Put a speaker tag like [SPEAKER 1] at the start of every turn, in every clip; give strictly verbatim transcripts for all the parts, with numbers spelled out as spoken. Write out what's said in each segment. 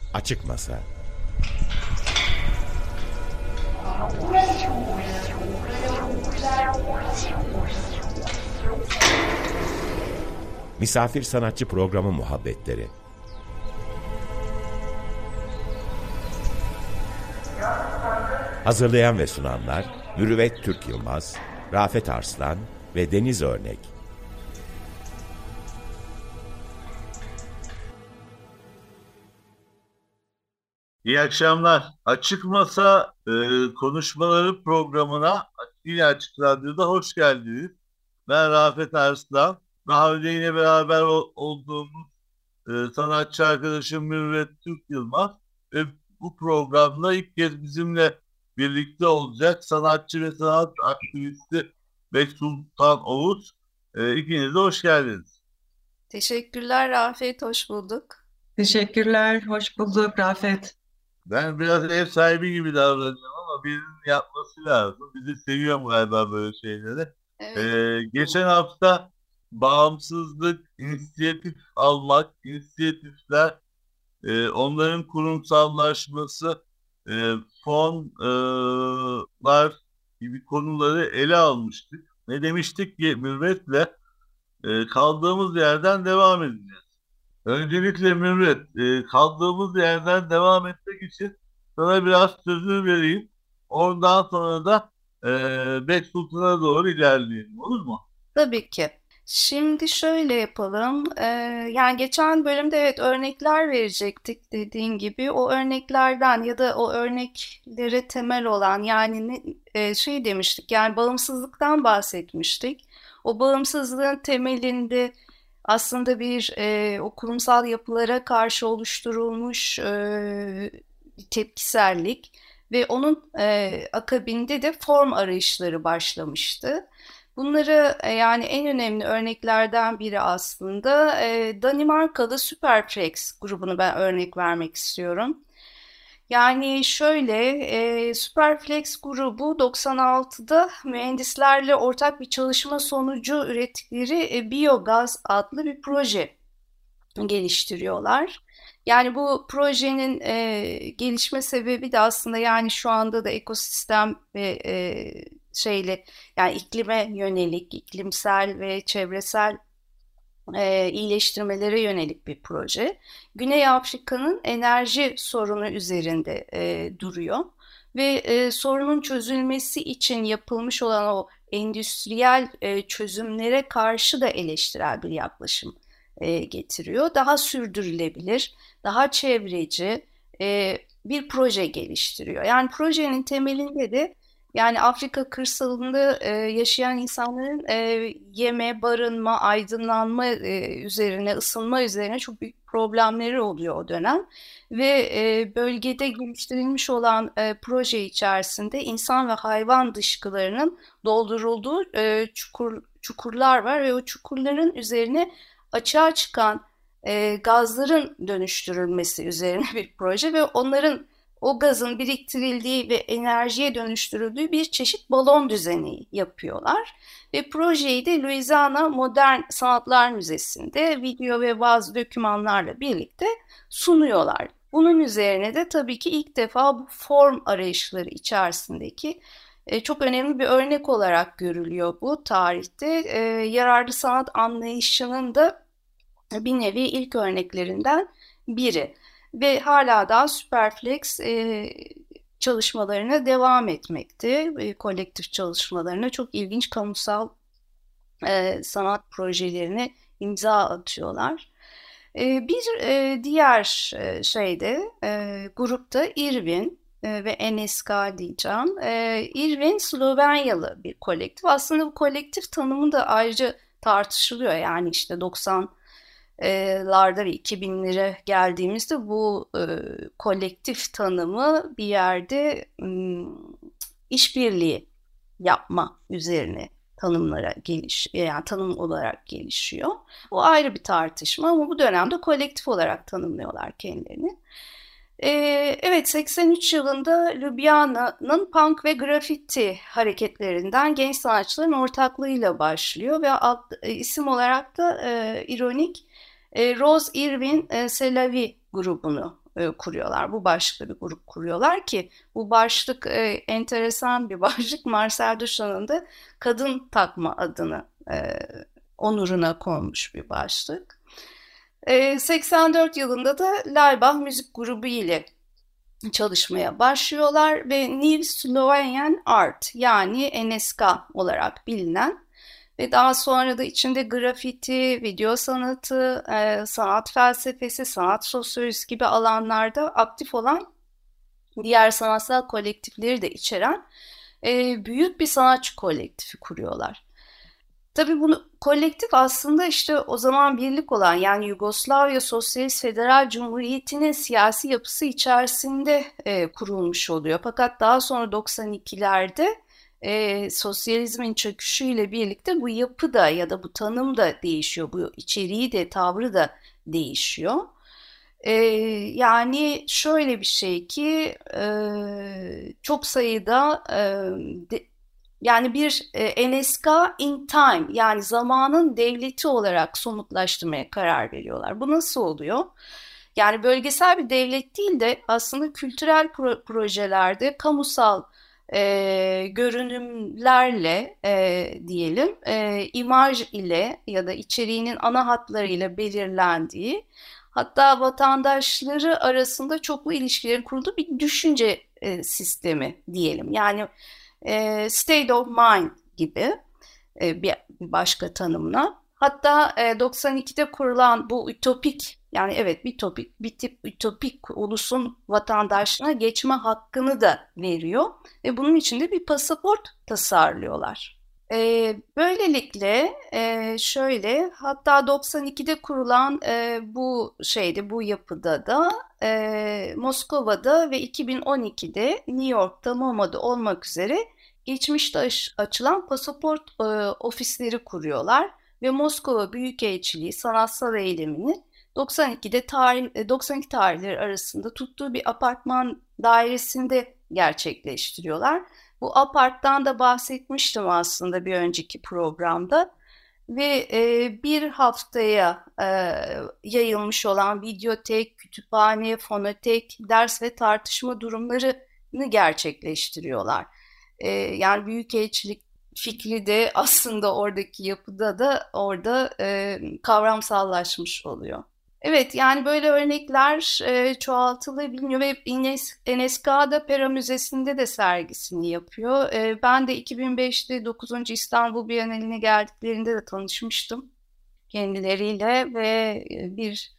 [SPEAKER 1] Açık Masa. Misafir sanatçı programı muhabbetleri. Hazırlayan ve sunanlar Mürüvvet Türk Yılmaz, Rafet Arslan ve Deniz Örnek.
[SPEAKER 2] İyi akşamlar. Açık Masa e, konuşmaları programına yine Açık Radyo'da hoş geldiniz. Ben Rafet Arslan. Daha önce yine beraber o, olduğumuz e, sanatçı arkadaşım Mürüvvet Türk Yılmaz ve bu programda ilk kez bizimle birlikte olacak sanatçı ve sanat aktivisti Beksultan Oğuz. E, ikiniz de hoş geldiniz.
[SPEAKER 3] Teşekkürler Rafet, hoş bulduk.
[SPEAKER 4] Teşekkürler, hoş bulduk Rafet.
[SPEAKER 2] Ben biraz ev sahibi gibi davranıyorum ama birinin yapması lazım. Bizi seviyorum galiba böyle şeyleri.
[SPEAKER 3] Evet.
[SPEAKER 2] Ee, geçen hafta bağımsızlık, inisiyatif almak, inisiyatifler, e, onların kurumsallaşması, e, fonlar gibi konuları ele almıştık. Ne demiştik ki Mürvet'le e, kaldığımız yerden devam edeceğiz. Öncelikle Mürvet, e, kaldığımız yerden devam etmek için sana biraz sözünü vereyim. Ondan sonra da e, Beksultan'a doğru ilerleyelim. Olur mu?
[SPEAKER 3] Tabii ki. Şimdi şöyle yapalım. Ee, yani geçen bölümde evet örnekler verecektik dediğin gibi. O örneklerden ya da o örneklere temel olan yani ne, e, şey demiştik yani bağımsızlıktan bahsetmiştik. O bağımsızlığın temelinde aslında bir e, o kurumsal yapılara karşı oluşturulmuş e, tepkisellik ve onun e, akabinde de form arayışları başlamıştı. Bunları e, yani en önemli örneklerden biri aslında e, Danimarkalı Superflex grubunu ben örnek vermek istiyorum. Yani şöyle e, Superflex grubu doksan altıda mühendislerle ortak bir çalışma sonucu ürettikleri e, biyogaz adlı bir proje geliştiriyorlar. Yani bu projenin e, gelişme sebebi de aslında yani şu anda da ekosistem ve e, şeyle yani iklime yönelik, iklimsel ve çevresel e, iyileştirmelere yönelik bir proje. Güney Afrika'nın enerji sorunu üzerinde e, duruyor ve e, sorunun çözülmesi için yapılmış olan o endüstriyel e, çözümlere karşı da eleştirel bir yaklaşım e, getiriyor. Daha sürdürülebilir, daha çevreci e, bir proje geliştiriyor. Yani projenin temelinde de yani Afrika kırsalında e, yaşayan insanların e, yeme, barınma, aydınlanma e, üzerine, ısınma üzerine çok büyük problemleri oluyor o dönem. Ve e, bölgede geliştirilmiş olan e, proje içerisinde insan ve hayvan dışkılarının doldurulduğu e, çukur, çukurlar var ve o çukurların üzerine açığa çıkan e, gazların dönüştürülmesi üzerine bir proje ve onların o gazın biriktirildiği ve enerjiye dönüştürüldüğü bir çeşit balon düzeni yapıyorlar. Ve projeyi de Louisiana Modern Sanatlar Müzesi'nde video ve bazı dokümanlarla birlikte sunuyorlar. Bunun üzerine de tabii ki ilk defa bu form arayışları içerisindeki e, çok önemli bir örnek olarak görülüyor bu tarihte. E, yararlı sanat anlayışının da bir nevi ilk örneklerinden biri. Ve hala daha Superflex e, çalışmalarına devam etmekte. E, kolektif çalışmalarına çok ilginç kamusal e, sanat projelerine imza atıyorlar. E, bir e, diğer e, şeyde e, grupta Irvin e, ve N S K diyeceğim. E, Irvin Slovenyalı bir kolektif. Aslında bu kolektif tanımı da ayrıca tartışılıyor. Yani işte doksan larda ve iki binlere geldiğimizde bu e, kolektif tanımı bir yerde m, işbirliği yapma üzerine tanımlara geliş, yani tanım olarak gelişiyor. Bu ayrı bir tartışma ama bu dönemde kolektif olarak tanımlıyorlar kendilerini. E, evet seksen üç yılında Ljubljana'nın punk ve grafiti hareketlerinden genç sanatçıların ortaklığıyla başlıyor ve alt, e, isim olarak da e, ironik E, Rose Irvin e, Selavi grubunu e, kuruyorlar. Bu başlıklı bir grup kuruyorlar ki bu başlık e, enteresan bir başlık. Marcel Duchamp'ın da kadın takma adını e, onuruna konmuş bir başlık. E, seksen dört yılında da Laibach müzik grubu ile çalışmaya başlıyorlar ve New Slovenian Art yani N S K olarak bilinen ve daha sonra da içinde grafiti, video sanatı, e, sanat felsefesi, sanat sosyolojisi gibi alanlarda aktif olan diğer sanatsal kolektifleri de içeren e, büyük bir sanatçı kolektifi kuruyorlar. Tabii bunu kolektif aslında işte o zaman birlik olan yani Yugoslavya Sosyalist Federal Cumhuriyeti'nin siyasi yapısı içerisinde e, kurulmuş oluyor. Fakat daha sonra doksan ikilerde e, sosyalizmin çöküşüyle birlikte bu yapı da ya da bu tanım da değişiyor. Bu içeriği de tavrı da değişiyor. E, yani şöyle bir şey ki e, çok sayıda e, de, yani bir e, N S K in time yani zamanın devleti olarak somutlaştırmaya karar veriyorlar. Bu nasıl oluyor? Yani bölgesel bir devlet değil de aslında kültürel pro- projelerde kamusal e, görünümlerle e, diyelim e, imaj ile ya da içeriğinin ana hatlarıyla belirlendiği hatta vatandaşları arasında çoklu ilişkilerin kurulduğu bir düşünce e, sistemi diyelim. Yani e, state of mind gibi e, bir başka tanımla. Hatta e, doksan ikide kurulan bu ütopik yani evet bir topik bir tip ütopik ulusun vatandaşlığına geçme hakkını da veriyor ve bunun için de bir pasaport tasarlıyorlar. E, böylelikle e, şöyle hatta doksan ikide kurulan e, bu şeyde bu yapıda da e, Moskova'da ve iki bin on ikide New York'ta M O M'da olmak üzere geçmişte aç- açılan pasaport e, ofisleri kuruyorlar ve Moskova Büyükelçiliği sanatsal eylemini doksan ikide tarih, doksan iki tarihleri arasında tuttuğu bir apartman dairesinde gerçekleştiriyorlar. Bu aparttan da bahsetmiştim aslında bir önceki programda ve e, bir haftaya e, yayılmış olan videotek, kütüphane, fonotek, ders ve tartışma durumlarını gerçekleştiriyorlar. E, yani büyükelçilik fikri de aslında oradaki yapıda da orada e, kavramsallaşmış oluyor. Evet yani böyle örnekler e, çoğaltılabiliyor ve N S K'da Pera Müzesi'nde de sergisini yapıyor. E, ben de iki bin beşte dokuzuncu İstanbul Bienali'ne geldiklerinde de tanışmıştım kendileriyle ve bir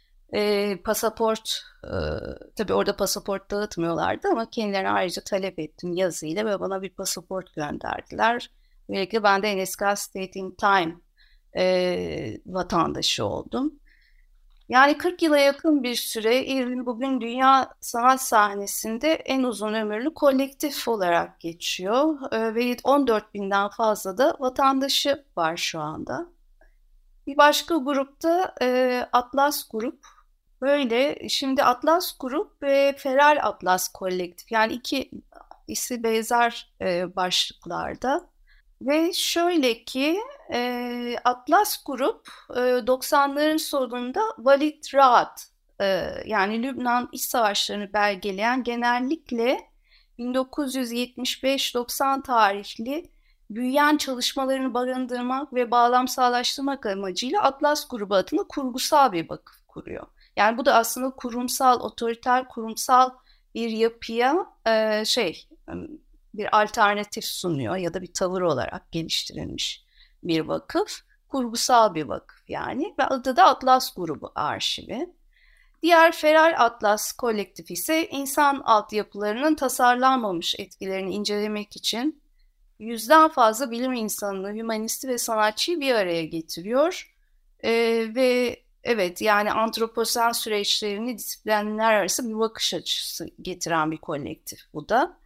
[SPEAKER 3] e, pasaport, e, tabii orada pasaport dağıtmıyorlardı ama kendilerine ayrıca talep ettim yazıyla ve bana bir pasaport gönderdiler. Böylelikle ben de N S K State in Time e, vatandaşı oldum. Yani kırk yıla yakın bir süre İRLİN bugün dünya sanat sahnesinde en uzun ömürlü kolektif olarak geçiyor ee, ve on dört binden fazla da vatandaşı var şu anda. Bir başka grupta e, Atlas Grup. Böyle şimdi Atlas Grup ve Feral Atlas Kolektif yani iki isi benzer e, başlıklarda. Ve şöyle ki e, Atlas Grup e, doksanların sonunda Walid Raad e, yani Lübnan İç Savaşları'nı belgeleyen genellikle bin dokuz yüz yetmiş beş doksan tarihli büyüyen çalışmalarını barındırmak ve bağlamsallaştırmak amacıyla Atlas Grubu adına kurgusal bir vakıf kuruyor. Yani bu da aslında kurumsal, otoriter kurumsal bir yapıya e, şey... bir alternatif sunuyor ya da bir tavır olarak geliştirilmiş bir vakıf. Kurgusal bir vakıf yani ve adı da Atlas Grubu Arşivi. Diğer Feral Atlas Kolektif ise insan altyapılarının tasarlanmamış etkilerini incelemek için yüzden fazla bilim insanını, hümanisti ve sanatçıyı bir araya getiriyor. Ee, ve evet yani antroposen süreçlerini disiplinler arası bir bakış açısı getiren bir kolektif bu da.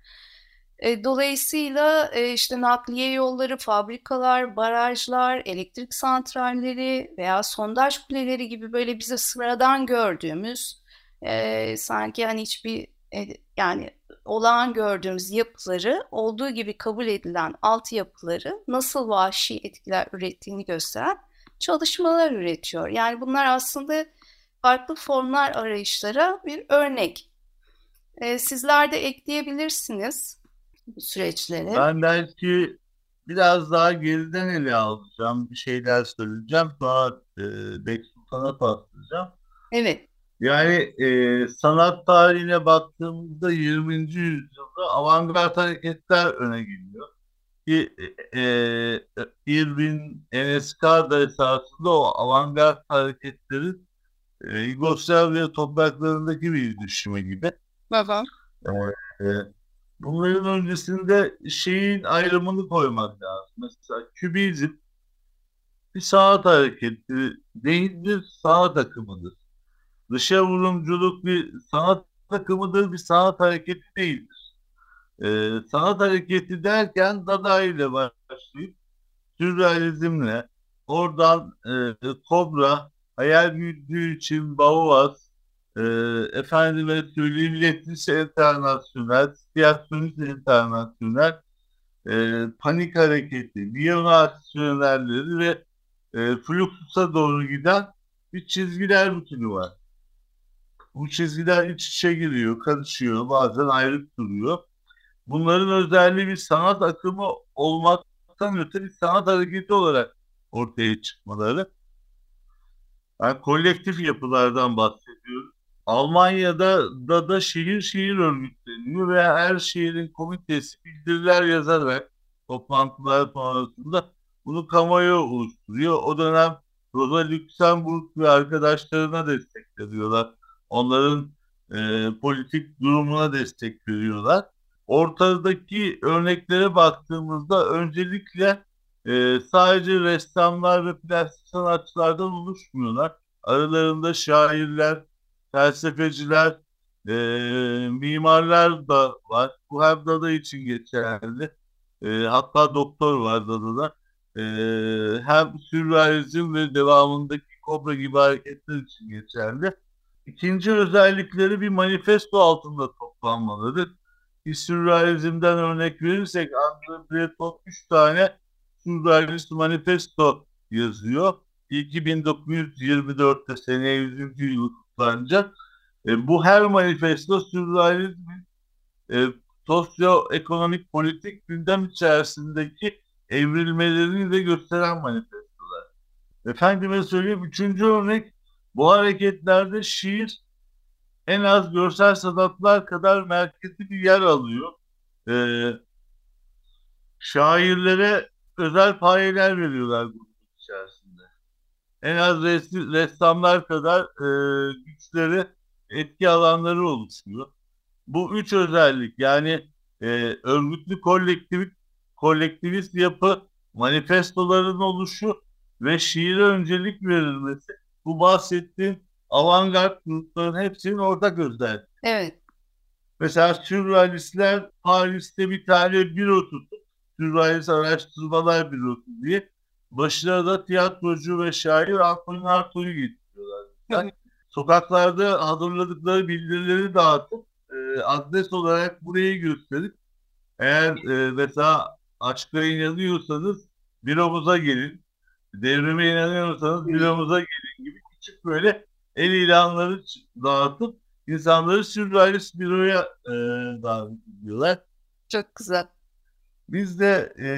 [SPEAKER 3] Dolayısıyla işte nakliye yolları, fabrikalar, barajlar, elektrik santralleri veya sondaj kuleleri gibi böyle bize sıradan gördüğümüz e, sanki hani hiçbir e, yani olağan gördüğümüz yapıları olduğu gibi kabul edilen altyapıları nasıl vahşi etkiler ürettiğini gösteren çalışmalar üretiyor. Yani bunlar aslında farklı formlar arayışlara bir örnek. E, sizler de ekleyebilirsiniz bu süreçleri.
[SPEAKER 2] Ben belki biraz daha geriden ele alacağım. Bir şeyler söyleyeceğim. Sonra e, belki sana paslayacağım.
[SPEAKER 3] Evet.
[SPEAKER 2] Yani e, sanat tarihine baktığımızda yirminci yüzyılda avantgard hareketler öne geliyor. Ki e, e, Irving, Enes Kağıt esasında o avantgard hareketlerin e, Yugoslavya topraklarındaki bir düşümü gibi.
[SPEAKER 3] Baba.
[SPEAKER 2] E, e, bunların öncesinde şeyin ayrımını koymak lazım. Mesela Kübizm bir sanat hareketi değildir, sanat akımıdır. Dışa vurumculuk bir sanat akımıdır, bir sanat hareketi değildir. Ee, sanat hareketi derken Dada ile başlayıp sürrealizmle, oradan e, Kobra, hayal güldüğü için Bauhaus, e, efendime söyleyeyim Lettris Internasyonel, Siyasyonist Internasyonel, e, Panik Hareketi, Viyana aksiyonelleri ve e, Fluxus'a doğru giden bir çizgiler bütünü var. Bu çizgiler iç içe giriyor, karışıyor, bazen ayrık duruyor. Bunların özelliği bir sanat akımı olmaktan öte bir sanat hareketi olarak ortaya çıkmaları. Yani kolektif yapılardan bahsediyorum. Almanya'da da, da şehir şehir örgütleniyor ve her şehrin komitesi bildiriler yazarak toplantılar sonrasında bunu kamuoyu oluşturuyor. O dönem Rosa Luxemburg ve arkadaşlarına destek veriyorlar. Onların e, politik durumuna destek veriyorlar. Ortadaki örneklere baktığımızda öncelikle e, sadece ressamlar ve plastik sanatçılardan oluşmuyorlar. Aralarında şairler, felsefeciler, e, mimarlar da var. Bu hem Dada için geçerli. E, hatta doktor var Dada'da. E, hem sürrealizm ve devamındaki Kobra gibi hareketler için geçerli. İkinci özellikleri bir manifesto altında toplanmalıdır. Bir sürrealizmden örnek verirsek André Breton üç tane sürrealist manifesto yazıyor. İlki bin dokuz yüz yirmi dörtte seneye yüzüncü yılı kutlanacak. E, bu her manifesto sürrealizmin e, sosyoekonomik politik gündem içerisindeki evrilmelerini de gösteren manifestolar. Efendime söyleyeyim, üçüncü örnek, bu hareketlerde şiir en az görsel sanatlar kadar merkezi bir yer alıyor. Ee, şairlere özel payeler veriyorlar grup içerisinde. En az res- ressamlar kadar e, güçleri, etki alanları oluşuyor. Bu üç özellik, yani e, örgütlü kolektivist, kolektivist yapı, manifestoların oluşu ve şiire öncelik verilmesi, bu bahsettiğim avantgard grupların hepsinin ortak özelliği.
[SPEAKER 3] Evet.
[SPEAKER 2] Mesela sürrealistler Paris'te bir tane büro tutup, Sürrealist Araştırmalar Bürosu diye, başına da tiyatrocu ve şair Antonin Artaud'u getiriyorlar. Yani sokaklarda hazırladıkları bildirileri dağıtıp e, adres olarak burayı gösterip, eğer e, mesela aşka inanıyorsanız büromuza gelin, devrime inanıyorsanız büromuza gelin gibi küçük böyle el ilanları dağıtıp insanları sürrealist büroya e, davet ediyorlar.
[SPEAKER 3] Çok güzel.
[SPEAKER 2] Biz de e,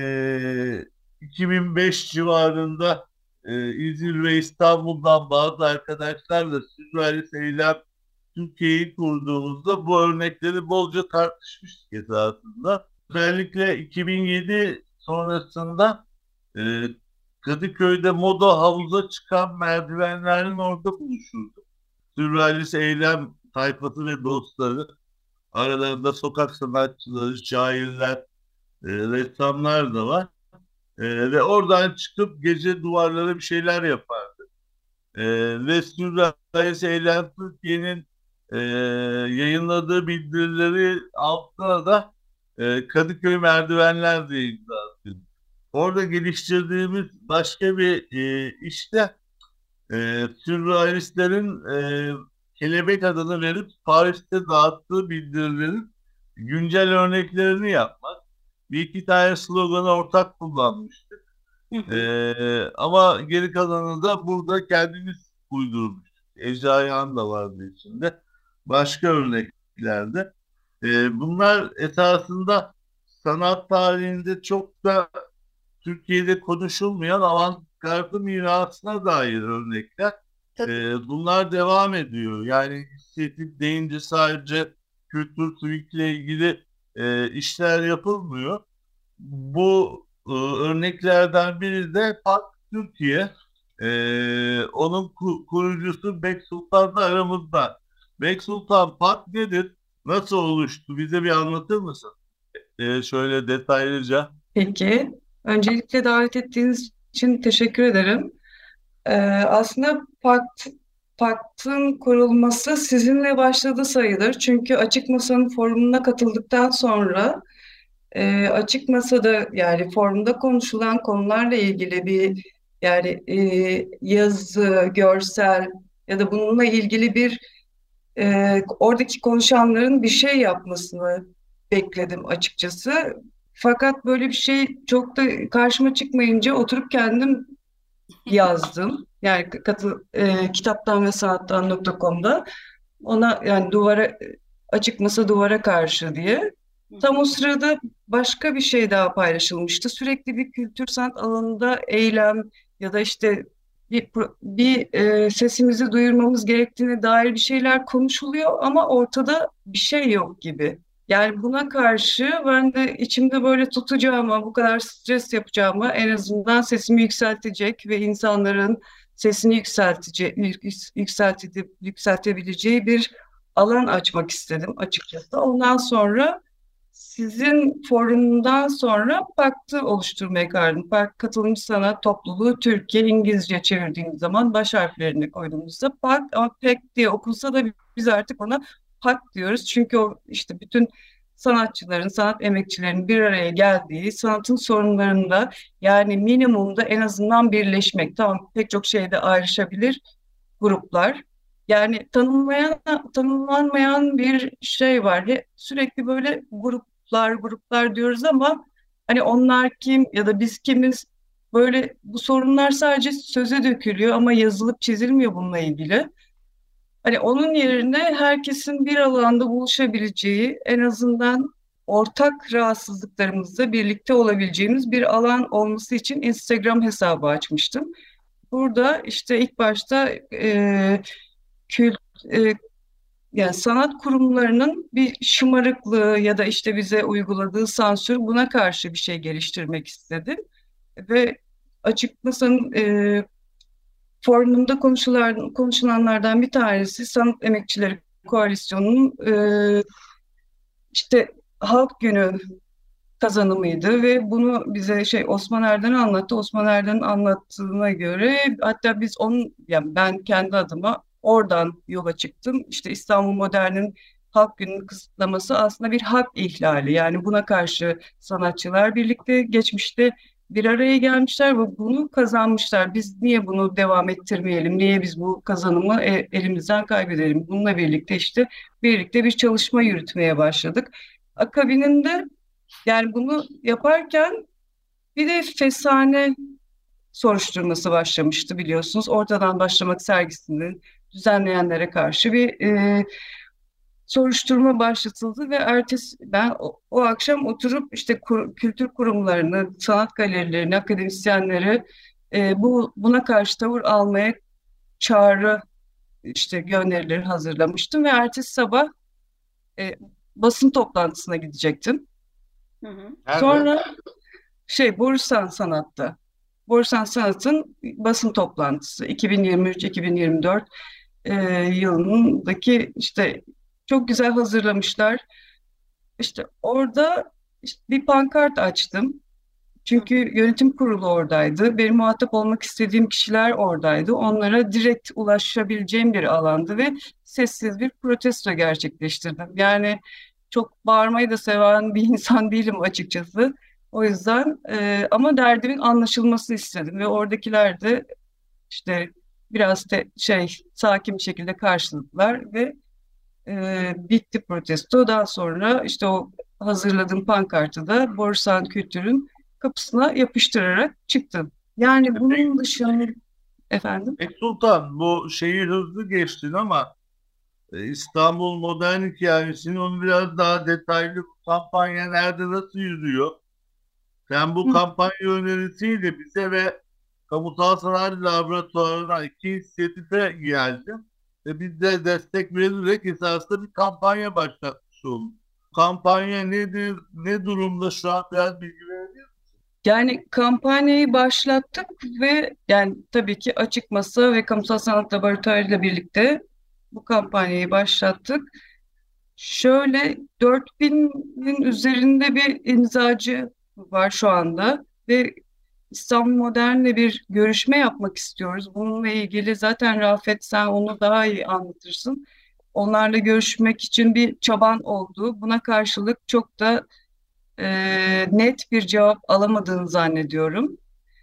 [SPEAKER 2] iki bin beş civarında e, İzmir ve İstanbul'dan bazı arkadaşlarla sürrealist eylem Türkiye'yi kurduğumuzda bu örnekleri bolca tartışmıştık esasında. Özellikle iki bin yedi sonrasında e, Kadıköy'de moda havuza çıkan merdivenlerin orada buluşurduk. Sürrealist eylem tayfası ve dostları, aralarında sokak sanatçıları, şairler, e, ressamlar da var. E, ve oradan çıkıp gece duvarlara bir şeyler yapardı. E, ve Sürrealist Eylem Türkiye'nin e, yayınladığı bildirileri altına da e, Kadıköy Merdivenler diye imza atıyordu. Orada geliştirdiğimiz başka bir e, işte e, sürrealistlerin e, kelebek adını verip Paris'te dağıttığı bildirilerin güncel örneklerini yapmak. Bir iki tane sloganı ortak kullanmıştık. e, ama geri kalanını da burada kendimiz uydurmuştuk. Ece Ayhan da vardı içinde. Başka örneklerde. E, bunlar esasında sanat tarihinde çok da Türkiye'de konuşulmayan avantgardlı mirasına dair örnekler. E, bunlar devam ediyor. Yani inisiyatif deyince sadece kültür ile ilgili e, işler yapılmıyor. Bu e, örneklerden biri de Park Türkiye. E, onun ku- kurucusu Bek Sultan da aramızda. Bek Sultan Park nedir? Nasıl oluştu? Bize bir anlatır mısın? E, şöyle detaylıca.
[SPEAKER 4] Peki. Öncelikle davet ettiğiniz için teşekkür ederim. Ee, aslında pakt, paktın kurulması sizinle başladı sayılır. Çünkü Açık Masa'nın forumuna katıldıktan sonra e, Açık Masa'da yani forumda konuşulan konularla ilgili bir yani e, yazı, görsel ya da bununla ilgili bir e, oradaki konuşanların bir şey yapmasını bekledim açıkçası. Fakat böyle bir şey çok da karşıma çıkmayınca oturup kendim yazdım. Yani katı, e, kitaptan ve sanattan nokta com'da ona yani duvara açık masa duvara karşı diye. Tam o sırada başka bir şey daha paylaşılmıştı. Sürekli bir kültür sanat alanında eylem ya da işte bir, pro- bir e, sesimizi duyurmamız gerektiğine dair bir şeyler konuşuluyor ama ortada bir şey yok gibi. Yani buna karşı ben de içimde böyle tutacağıma, bu kadar stres yapacağıma en azından sesimi yükseltecek ve insanların sesini yükseltecek, yükseltip, yükseltebileceği bir alan açmak istedim açıkçası. Ondan sonra sizin forumundan sonra Pakt'ı oluşturmaya karar verdim. Pakt Katılımcı Sanat Topluluğu Türkiye İngilizce çevirdiğimiz zaman baş harflerini koyduğumuzda Pakt ama Pek diye okunsa da biz artık ona Pakt diyoruz. Çünkü o işte bütün sanatçıların, sanat emekçilerinin bir araya geldiği, sanatın sorunlarında yani minimumda en azından birleşmek. Tamam pek çok şeyde ayrışabilir gruplar. Yani tanımlayan, tanımlanmayan bir şey var. He- Sürekli böyle gruplar, gruplar diyoruz ama hani onlar kim ya da biz kimiz? Böyle bu sorunlar sadece söze dökülüyor ama yazılıp çizilmiyor bununla ilgili. Hani onun yerine herkesin bir alanda buluşabileceği, en azından ortak rahatsızlıklarımızla birlikte olabileceğimiz bir alan olması için Instagram hesabı açmıştım. Burada işte ilk başta e, kült, e, yani sanat kurumlarının bir şımarıklığı ya da işte bize uyguladığı sansür buna karşı bir şey geliştirmek istedim. Ve Açık Masa'nın e, forumunda konuşulan, konuşulanlardan bir tanesi Sanat Emekçileri Koalisyonu'nun e, işte Halk Günü kazanımıydı ve bunu bize şey Osman Erden anlattı. Osman Erden'in anlattığına göre hatta biz onun yani ben kendi adıma oradan yola çıktım. İşte İstanbul Modern'in Halk Günü'nün kısıtlaması aslında bir hak ihlali. Yani buna karşı sanatçılar birlikte geçmişte bir araya gelmişler ve bunu kazanmışlar. Biz niye bunu devam ettirmeyelim? Niye biz bu kazanımı e- elimizden kaybedelim? Bununla birlikte işte birlikte bir çalışma yürütmeye başladık. Akabininde yani bunu yaparken bir de Fesane soruşturması başlamıştı biliyorsunuz. Ortadan Başlamak sergisini düzenleyenlere karşı bir e, soruşturma başlatıldı ve ertesi ben o, o akşam oturup işte kur- kültür kurumlarını, sanat galerilerini, akademisyenleri e, bu buna karşı tavır almaya çağrı işte gönderileri hazırlamıştım ve ertesi sabah e, basın toplantısına gidecektim.
[SPEAKER 3] Hı hı.
[SPEAKER 2] Nerede?
[SPEAKER 4] Sonra şey Borusan Sanat'ta. Borusan Sanat'ın basın toplantısı iki bin yirmi üç iki bin yirmi dört e, yılındaki işte çok güzel hazırlamışlar. İşte orada işte bir pankart açtım. Çünkü yönetim kurulu oradaydı. Benim muhatap olmak istediğim kişiler oradaydı. Onlara direkt ulaşabileceğim bir alandı ve sessiz bir protesto gerçekleştirdim. Yani çok bağırmayı da seven bir insan değilim açıkçası. O yüzden e, ama derdimin anlaşılmasını istedim ve oradakiler de işte biraz de şey sakin bir şekilde karşıladılar ve e, bitti protesto. Daha sonra işte o hazırladığım pankartı da Borusan Kültür'ün kapısına yapıştırarak çıktım. Yani bunun dışında Efendim?
[SPEAKER 2] Peki Sultan, bu şeyi hızlı geçtin ama e, İstanbul Modern Hikayesi'nin onu biraz daha detaylı, bu kampanya nerede nasıl yürüyor? Sen bu
[SPEAKER 4] Hı.
[SPEAKER 2] kampanya önerisiyle bize ve Kamusal Sanayi Laboratuvarı'na iki inisiyatife geldin ve biz de destek vererek esasında bir kampanya başlatmış olduk. Kampanya nedir, ne durumda şu an, biraz bilgi verebilir misin?
[SPEAKER 4] Yani kampanyayı başlattık ve yani tabii ki Açık Masa ve Kamusal Sanat Laboratuvarı ile birlikte bu kampanyayı başlattık. Şöyle dört binin üzerinde bir imzacı var şu anda ve İstanbul Modern'le bir görüşme yapmak istiyoruz. Bununla ilgili zaten Rafet, sen onu daha iyi anlatırsın. Onlarla görüşmek için bir çaban oldu. Buna karşılık çok da e, net bir cevap alamadığını zannediyorum.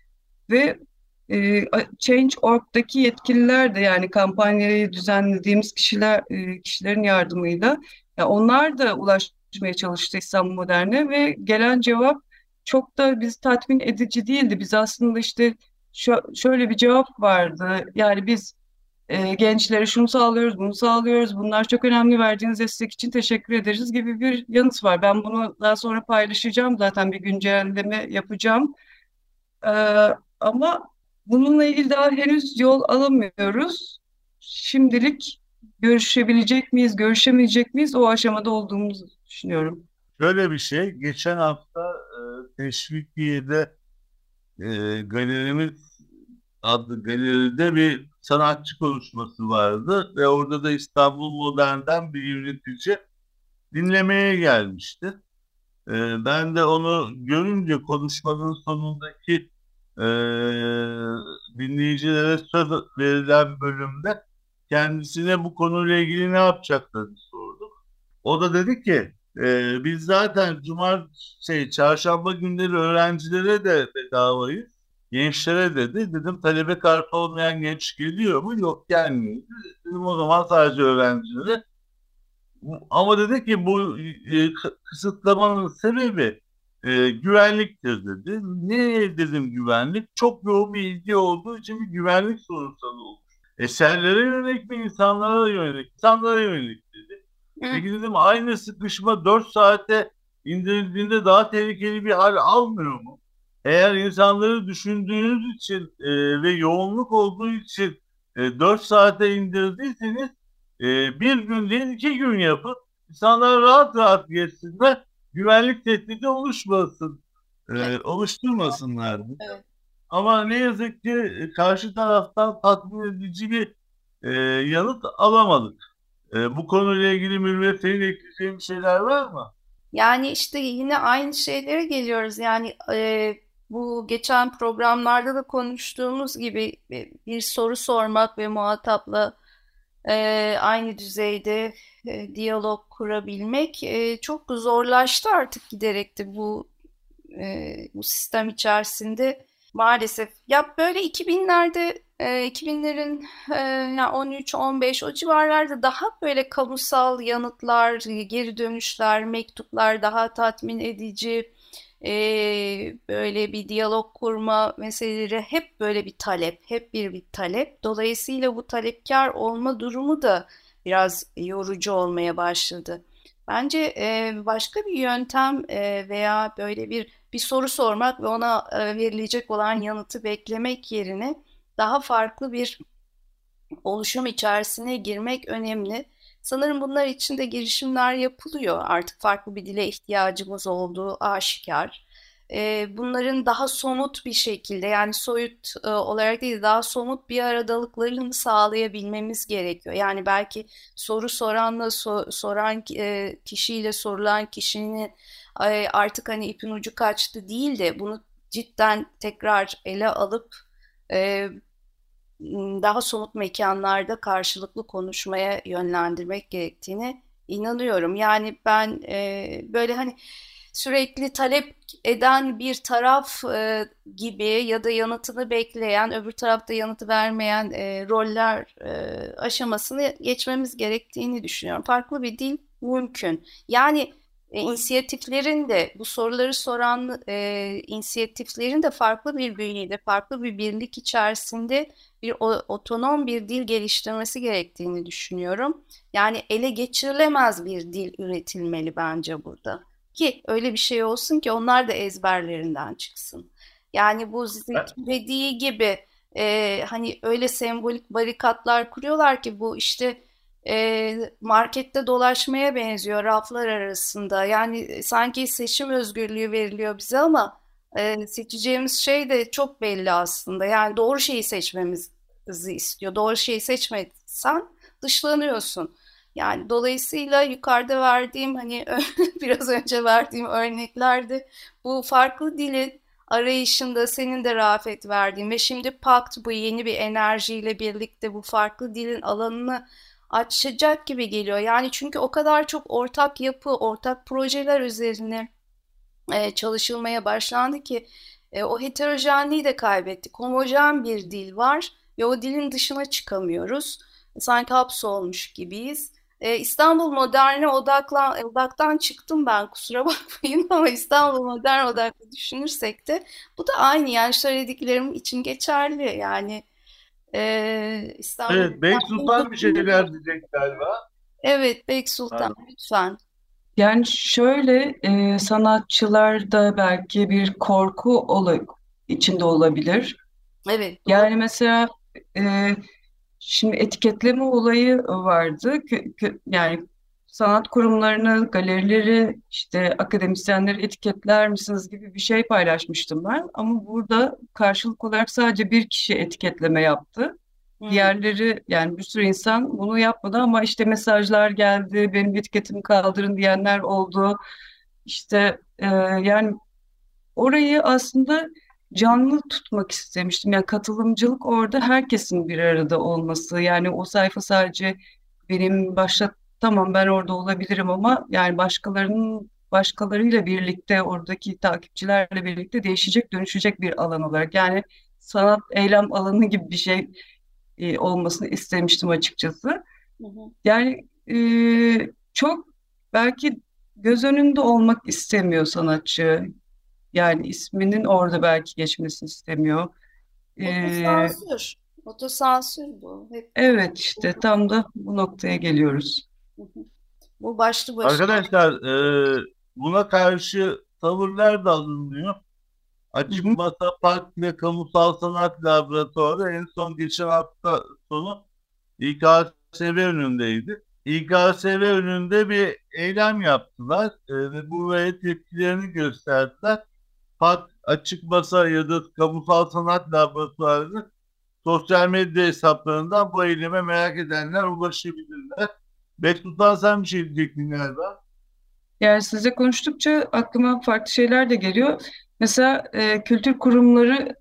[SPEAKER 4] Ve e, Change nokta org'daki yetkililer de, yani kampanyayı düzenlediğimiz kişiler e, kişilerin yardımıyla, ya onlar da ulaşmaya çalıştı İstanbul Modern'e ve gelen cevap çok da bizi tatmin edici değildi. Biz aslında işte şö- şöyle bir cevap vardı. Yani biz e, gençlere şunu sağlıyoruz, bunu sağlıyoruz. Bunlar çok önemli, verdiğiniz destek için teşekkür ederiz gibi bir yanıt var. Ben bunu daha sonra paylaşacağım, zaten bir güncelleme yapacağım. Ee, Ama bununla ilgili daha henüz yol alamıyoruz. Şimdilik görüşebilecek miyiz, görüşemeyecek miyiz, o aşamada olduğumuzu düşünüyorum.
[SPEAKER 2] Şöyle bir şey, geçen hafta e, Teşvikiye'de e, galerimiz adlı galeride bir sanatçı konuşması vardı ve orada da İstanbul Modern'den bir yönetici dinlemeye gelmişti. E, ben de onu görünce konuşmanın sonundaki e, dinleyicilere söz verilen bölümde kendisine bu konuyla ilgili ne yapacaklarını sorduk. O da dedi ki e, biz zaten cumartesi, şey, çarşamba günleri öğrencilere de bedavayız. Gençlere dedi. Dedim talebe kartı olmayan genç geliyor mu? Yok, gelmiyor. Dedim o zaman sadece öğrencilere. Ama dedi ki bu e, kısıtlamanın sebebi e, güvenliktir dedi. Ne dedim güvenlik? Çok yoğun bir ilgi olduğu için bir güvenlik sorunsalı oldu. Eserlere yönelik mi, insanlara yönelik? İnsanlara yönelik dedi. Peki dedim, aynı sıkışma dört saate indirildiğinde daha tehlikeli bir hal almıyor mu? Eğer insanları düşündüğünüz için e, ve yoğunluk olduğu için e, dört saate indirdiyseniz e, bir gün değil iki gün yapın. İnsanlar rahat rahat geçsinler. Güvenlik tehdidi oluşmasın. E, oluşturmasınlar.
[SPEAKER 3] Evet.
[SPEAKER 2] Ama ne yazık ki karşı taraftan tatmin edici bir e, yanıt alamadık. E, bu konuyla ilgili Mürvet, senin ekleyeceğin bir şeyler var mı?
[SPEAKER 3] Yani işte yine aynı şeylere geliyoruz. Yani e, bu geçen programlarda da konuştuğumuz gibi e, bir soru sormak ve muhatapla e, aynı düzeyde e, diyalog kurabilmek e, çok zorlaştı artık giderek de bu e, bu sistem içerisinde maalesef. Ya böyle iki binlerde e, iki binlerin e, yani on üç on beş o civarlarda daha böyle kamusal yanıtlar, geri dönüşler, mektuplar daha tatmin edici, e, böyle bir diyalog kurma meseleleri hep böyle bir talep, hep bir bir talep. Dolayısıyla bu talepkar olma durumu da biraz yorucu olmaya başladı. Bence e, başka bir yöntem e, veya böyle bir bir soru sormak ve ona e, verilecek olan yanıtı beklemek yerine daha farklı bir oluşum içerisine girmek önemli. Sanırım bunlar için de girişimler yapılıyor. Artık farklı bir dile ihtiyacımız olduğu aşikar. E, bunların daha somut bir şekilde, yani soyut e, olarak değil, daha somut bir aradalıklarını sağlayabilmemiz gerekiyor. Yani belki soru soranla so- soran e, kişiyle sorulan kişinin e, artık hani ipin ucu kaçtı değil de bunu cidden tekrar ele alıp e, daha somut mekanlarda karşılıklı konuşmaya yönlendirmek gerektiğine inanıyorum. Yani ben e, böyle hani sürekli talep eden bir taraf e, gibi ya da yanıtını bekleyen, öbür tarafta yanıtı vermeyen e, roller e, aşamasını geçmemiz gerektiğini düşünüyorum. Farklı bir dil mümkün. Yani e, inisiyatiflerin de bu soruları soran e, inisiyatiflerin de farklı bir bünyede, farklı bir birlik içerisinde bir o, otonom bir dil geliştirmesi gerektiğini düşünüyorum. Yani ele geçirilemez bir dil üretilmeli bence burada. Ki öyle bir şey olsun ki onlar da ezberlerinden çıksın. Yani bu Zeki dediği gibi e, hani öyle sembolik barikatlar kuruyorlar ki bu işte e, markette dolaşmaya benziyor raflar arasında. Yani sanki seçim özgürlüğü veriliyor bize ama e, seçeceğimiz şey de çok belli aslında. Yani doğru şeyi seçmemizi istiyor. Doğru şeyi seçmezsen dışlanıyorsun. Yani dolayısıyla yukarıda verdiğim hani biraz önce verdiğim örneklerde bu farklı dilin arayışında senin de Rafet verdiğin ve şimdi Pakt bu yeni bir enerjiyle birlikte bu farklı dilin alanını açacak gibi geliyor. Yani çünkü o kadar çok ortak yapı, ortak projeler üzerine e, çalışılmaya başlandı ki e, o heterojenliği de kaybettik. Homojen bir dil var ve o dilin dışına çıkamıyoruz. Sanki hapsolmuş gibiyiz. E, İstanbul Modern'e odaklan, odaktan çıktım ben kusura bakmayın ama İstanbul Modern odaklı düşünürsek de bu da aynı yani söylediklerim için geçerli yani e, İstanbul
[SPEAKER 2] Evet, Bey Sultan bir şeyler diyecek galiba.
[SPEAKER 3] Evet, Beyk Sultan lütfen.
[SPEAKER 4] Yani şöyle e, sanatçılarda belki bir korku ola, içinde olabilir.
[SPEAKER 3] Evet, doğru.
[SPEAKER 4] Yani mesela e, şimdi etiketleme olayı vardı. Kö- kö- yani sanat kurumlarını, galerileri, işte akademisyenleri etiketler misiniz gibi bir şey paylaşmıştım ben. Ama burada karşılık olarak sadece bir kişi etiketleme yaptı.
[SPEAKER 3] Hı.
[SPEAKER 4] Diğerleri yani bir sürü insan bunu yapmadı ama işte mesajlar geldi, benim etiketimi kaldırın diyenler oldu. İşte e, yani orayı aslında canlı tutmak istemiştim. Yani katılımcılık orada herkesin bir arada olması. Yani o sayfa sadece benim başlat tamam ben orada olabilirim ama yani başkalarının başkalarıyla birlikte oradaki takipçilerle birlikte değişecek, dönüşecek bir alan olarak. Yani sanat eylem alanı gibi bir şey e, olmasını istemiştim açıkçası.
[SPEAKER 3] Hı hı.
[SPEAKER 4] Yani e, çok belki göz önünde olmak istemiyor sanatçı. Yani isminin orada belki geçmesini istemiyor. Ee,
[SPEAKER 3] Otosansür. Otosansür bu. Hep
[SPEAKER 4] evet işte tam da bu noktaya geliyoruz.
[SPEAKER 3] Hı hı. Bu başlı başına.
[SPEAKER 2] Arkadaşlar e, buna karşı tavırlar da alınıyor.
[SPEAKER 4] Hı
[SPEAKER 2] Açık
[SPEAKER 4] hı.
[SPEAKER 2] Masa Park ve Kamusal Sanat Laboratuvarı en son geçen hafta sonu İ K S V önündeydi. İ K S V önünde bir eylem yaptılar e, ve bu ve tepkilerini gösterdiler. Park Açık Masa ya da Kamusal Sanat Laboratuvarı sosyal medya hesaplarından bu eyleme merak edenler ulaşabilirler. Bektutan sen bir şey diyecektin galiba.
[SPEAKER 4] Yani sizle konuştukça aklıma farklı şeyler de geliyor. Mesela e, kültür kurumları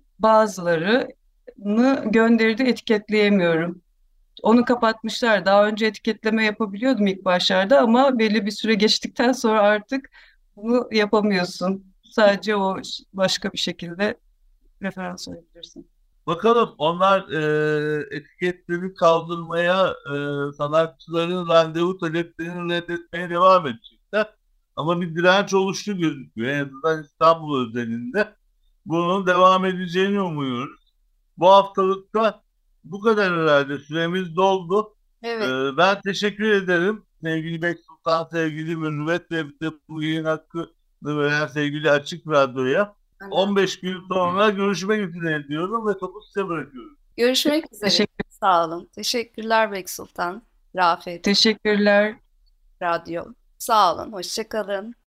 [SPEAKER 4] bazılarını gönderide etiketleyemiyorum. Onu kapatmışlar. Daha önce etiketleme yapabiliyordum ilk başlarda ama belli bir süre geçtikten sonra artık bunu yapamıyorsun. Sadece o başka bir şekilde referans verebilirsin.
[SPEAKER 2] Bakalım onlar e, etiketleri kaldırmaya e, sanatçıların randevu taleplerini reddetmeye devam edecekler. Ama bir direnç oluştu gözüküyor. En azından İstanbul özelinde. Bunun devam edeceğini umuyoruz. Bu haftalıkta bu kadar herhalde. Süremiz doldu. E,
[SPEAKER 3] Evet.
[SPEAKER 2] ben teşekkür ederim. Sevgili Bek Sultan, sevgili Mürüvvet ve bir de bu yayın hakkını veren sevgili Açık Radyo'ya. on beş gün sonra görüşmek üzere diyorum ve topu size bırakıyorum.
[SPEAKER 3] Görüşmek üzere.
[SPEAKER 4] Teşekkür,
[SPEAKER 3] Sağ olun. Teşekkürler Bek Sultan. Rafet
[SPEAKER 4] teşekkürler.
[SPEAKER 3] Radyo. Sağ olun. Hoşça kalın.